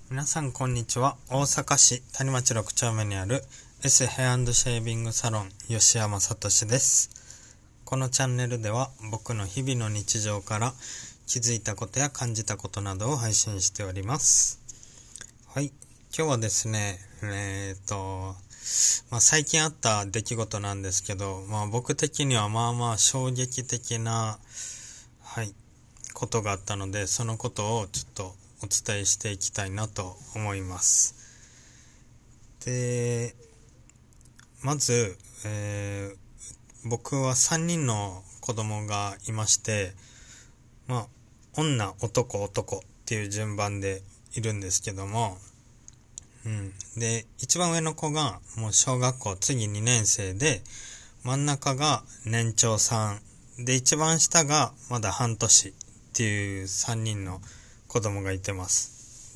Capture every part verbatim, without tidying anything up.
皆さんこんにちは。大阪市谷町ろく丁目にある S ヘア&シェービングサロン吉山聡です。このチャンネルでは僕の日々の日常から気づいたことや感じたことなどを配信しております。はい、今日はですね、えー、っと、まあ、最近あった出来事なんですけど、まあ、僕的にはまあまあ衝撃的な、はい、ことがあったので、そのことをちょっとお伝えしていきたいなと思います。で、まず、えー、僕はさんにんの子供がいまして、まあ、女、男、男っていう順番でいるんですけども、うん。で、一番上の子がもう小学校次にねん生で、真ん中が年長さんで、一番下がまだ半年っていうさんにんの子供がいてます。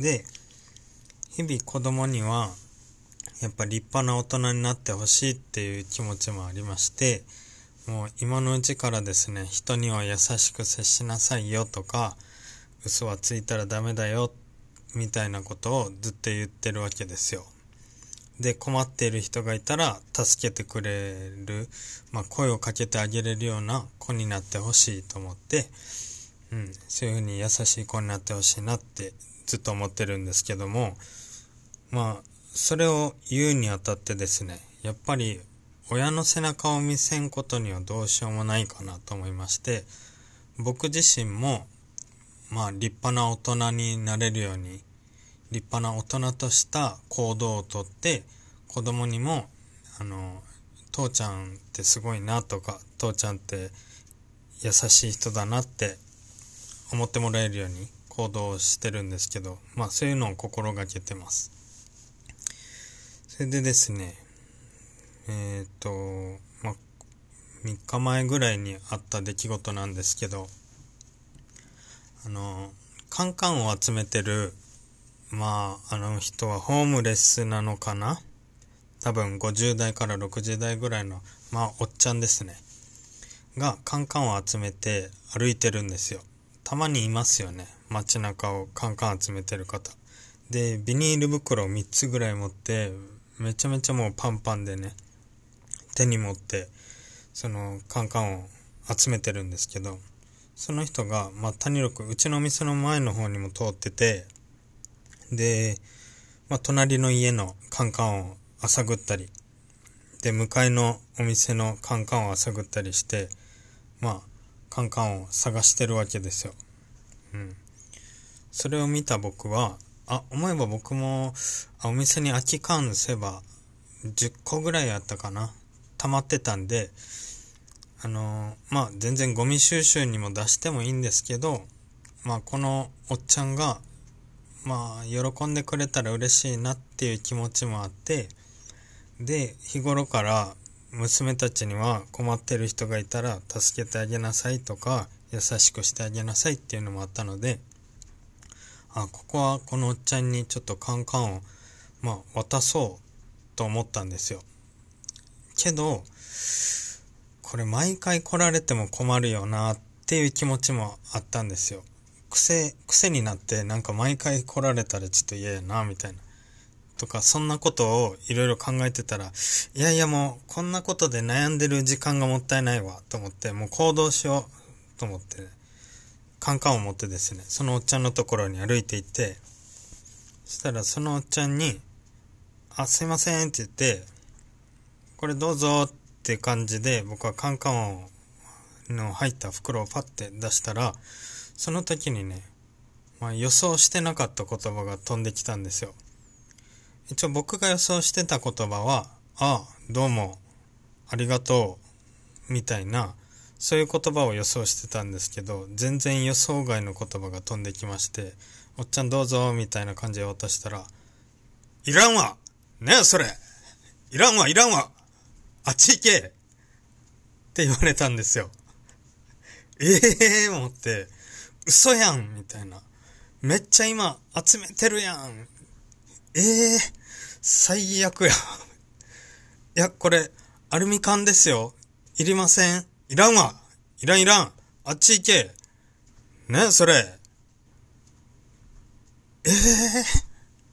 で、日々子供にはやっぱ立派な大人になってほしいっていう気持ちもありまして、もう今のうちからですね、人には優しく接しなさいよとか、嘘はついたらダメだよみたいなことをずっと言ってるわけですよ。で、困っている人がいたら助けてくれる、まあ、声をかけてあげれるような子になってほしいと思って、うん、そういうふうに優しい子になってほしいなってずっと思ってるんですけども、まあそれを言うにあたってですね、やっぱり親の背中を見せんことにはどうしようもないかなと思いまして、僕自身もまあ立派な大人になれるように、立派な大人とした行動をとって、子供にもあの父ちゃんってすごいなとか、父ちゃんって優しい人だなって思ってもらえるように行動してるんですけど、まあそういうのを心がけてます。それでですね、えっと、まあみっかまえぐらいにあった出来事なんですけど、あの、カンカンを集めてる、まああの人はホームレスなのかな？多分ごじゅう代からろくじゅう代ぐらいの、まあおっちゃんですね。がカンカンを集めて歩いてるんですよ。たまにいますよね、街中をカンカン集めてる方で。ビニール袋をみっつぐらい持って、めちゃめちゃもうパンパンでね、手に持ってそのカンカンを集めてるんですけど、その人がまあ谷六うちのお店の前の方にも通ってて、で、まあ、隣の家のカンカンを漁ったりで、向かいのお店のカンカンを漁ったりして、まあカンカンを探してるわけですよ。うん。それを見た僕は、あ、思えば僕もお店に空き缶すればじゅっこぐらいあったかな、溜まってたんで、あのー、まあ全然ゴミ収集にも出してもいいんですけど、まあこのおっちゃんがまあ喜んでくれたら嬉しいなっていう気持ちもあって、で日頃から娘たちには困ってる人がいたら助けてあげなさいとか、優しくしてあげなさいっていうのもあったので、あ、ここはこのおっちゃんにちょっとカンカンをまあ渡そうと思ったんですよ。けどこれ毎回来られても困るよなっていう気持ちもあったんですよ。癖癖になって、なんか毎回来られたらちょっと嫌やなみたいなとか、そんなことをいろいろ考えてたら、いやいやもうこんなことで悩んでる時間がもったいないわと思って、もう行動しようと思って、ね、カンカンを持ってですね、そのおっちゃんのところに歩いて行って、そしたらそのおっちゃんに、あ、すいませんって言って、これどうぞって感じで、僕はカンカンの入った袋をパッて出したら、その時にね、まあ、予想してなかった言葉が飛んできたんですよ。一応僕が予想してた言葉は、ああ、どうも、ありがとう、みたいな、そういう言葉を予想してたんですけど、全然予想外の言葉が飛んできまして、おっちゃんどうぞ、みたいな感じで渡したら、いらんわ、ねえそれ、いらんわ、いらんわ、あっち行けって言われたんですよ。ええー、思って、嘘やんみたいな。めっちゃ今集めてるやん。ええー、最悪や。いや、これ、アルミ缶ですよ。いりません。いらんわ。いらんいらん。あっち行け。ねそれ。ええー、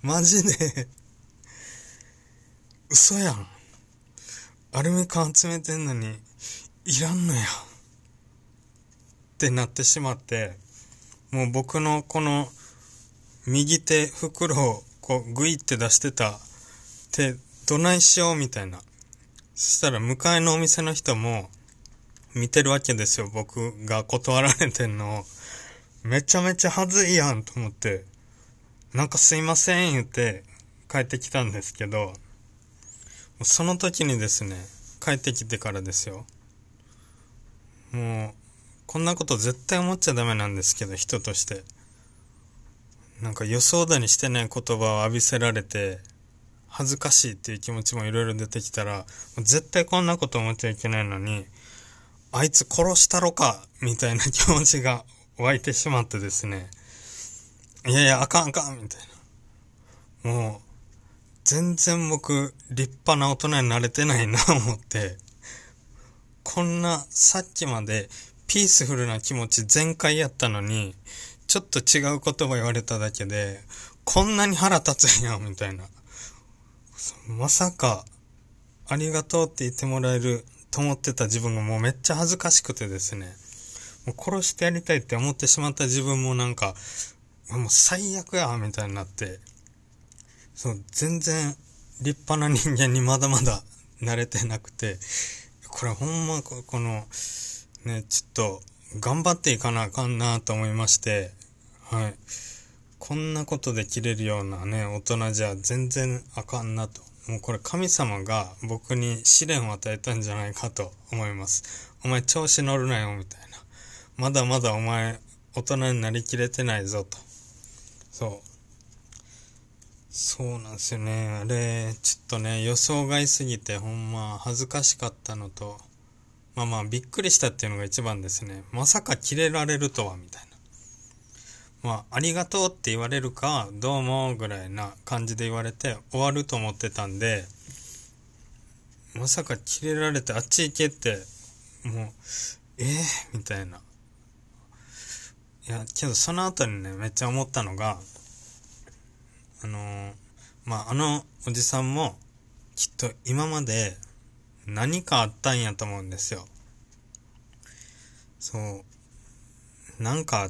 マジで嘘やん。アルミ缶集めてんのにいらんのやってなってしまって、もう僕のこの右手袋をこうグイって出してた手どないしようみたいな。そしたら向かいのお店の人も見てるわけですよ。僕が断られてんのを。めちゃめちゃ恥ずいやんと思って、なんかすいません言って帰ってきたんですけど、その時にですね、帰ってきてからですよ。もうこんなこと絶対思っちゃダメなんですけど、人としてなんか予想だにしてない言葉を浴びせられて恥ずかしいっていう気持ちもいろいろ出てきたら、絶対こんなこと思っちゃいけないのに、あいつ殺したろかみたいな気持ちが湧いてしまってですね、いやいやあかんあかんみたいな、もう全然僕立派な大人になれてないな思って、こんなさっきまでピースフルな気持ち全開やったのに、ちょっと違う言葉言われただけでこんなに腹立つんやみたいな。まさかありがとうって言ってもらえると思ってた自分がもうめっちゃ恥ずかしくてですね、もう殺してやりたいって思ってしまった自分もなんかもう最悪やみたいになって、そう全然立派な人間にまだまだ慣れてなくて、これほんまこのねちょっと頑張っていかなあかんなと思いまして、はい、こんなことで切れるようなね大人じゃ全然あかんなと、もうこれ神様が僕に試練を与えたんじゃないかと思います。お前調子乗るなよみたいな、まだまだお前大人になりきれてないぞと。そうそうなんですよね。あれちょっとね予想外すぎてほんま恥ずかしかったのと、まあまあびっくりしたっていうのが一番ですね。まさかキレられるとはみたいな。まあありがとうって言われるかどうもぐらいな感じで言われて終わると思ってたんで、まさかキレられてあっち行けってもうえー、みたいな。いやけどその後にねめっちゃ思ったのが、あのー、まああのおじさんもきっと今まで何かあったんやと思うんですよ。そうなんかあって、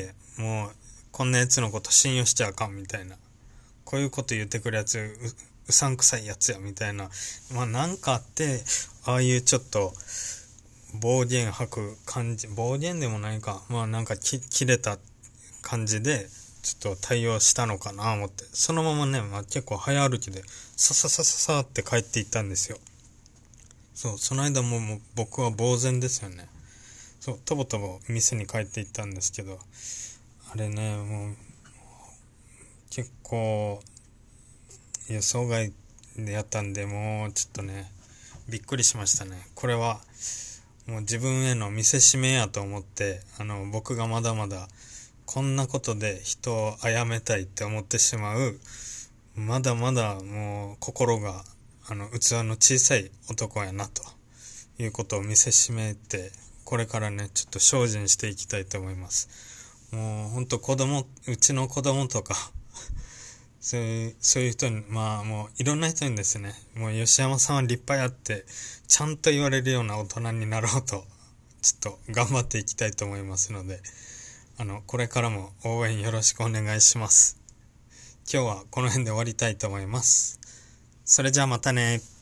もうこんなやつのこと信用しちゃあかんみたいな、こういうこと言ってくるやつ う, うさんくさいやつやみたいな、まあなんかあってああいうちょっと暴言吐く感じ、暴言でもないか、まあなんかき切れた感じでちょっと対応したのかな思って、そのままね、まあ、結構早歩きでさささささって帰っていったんですよ。そうその間ももう僕は呆然ですよね。そうとぼとぼ店に帰っていったんですけど、あれねもう結構予想外でやったんで、もうちょっとねびっくりしましたね。これはもう自分への見せしめやと思って、あの僕がまだまだこんなことで人を殺めたいって思ってしまう、まだまだもう心があの器の小さい男やなということを見せしめて、これからねちょっと精進していきたいと思います。もうほんと子供、うちの子供とかそういう、そういう人に、まあもういろんな人にですね、もう吉山さんは立派やってちゃんと言われるような大人になろうとちょっと頑張っていきたいと思いますので、あのこれからも応援よろしくお願いします。今日はこの辺で終わりたいと思います。それじゃあまたね。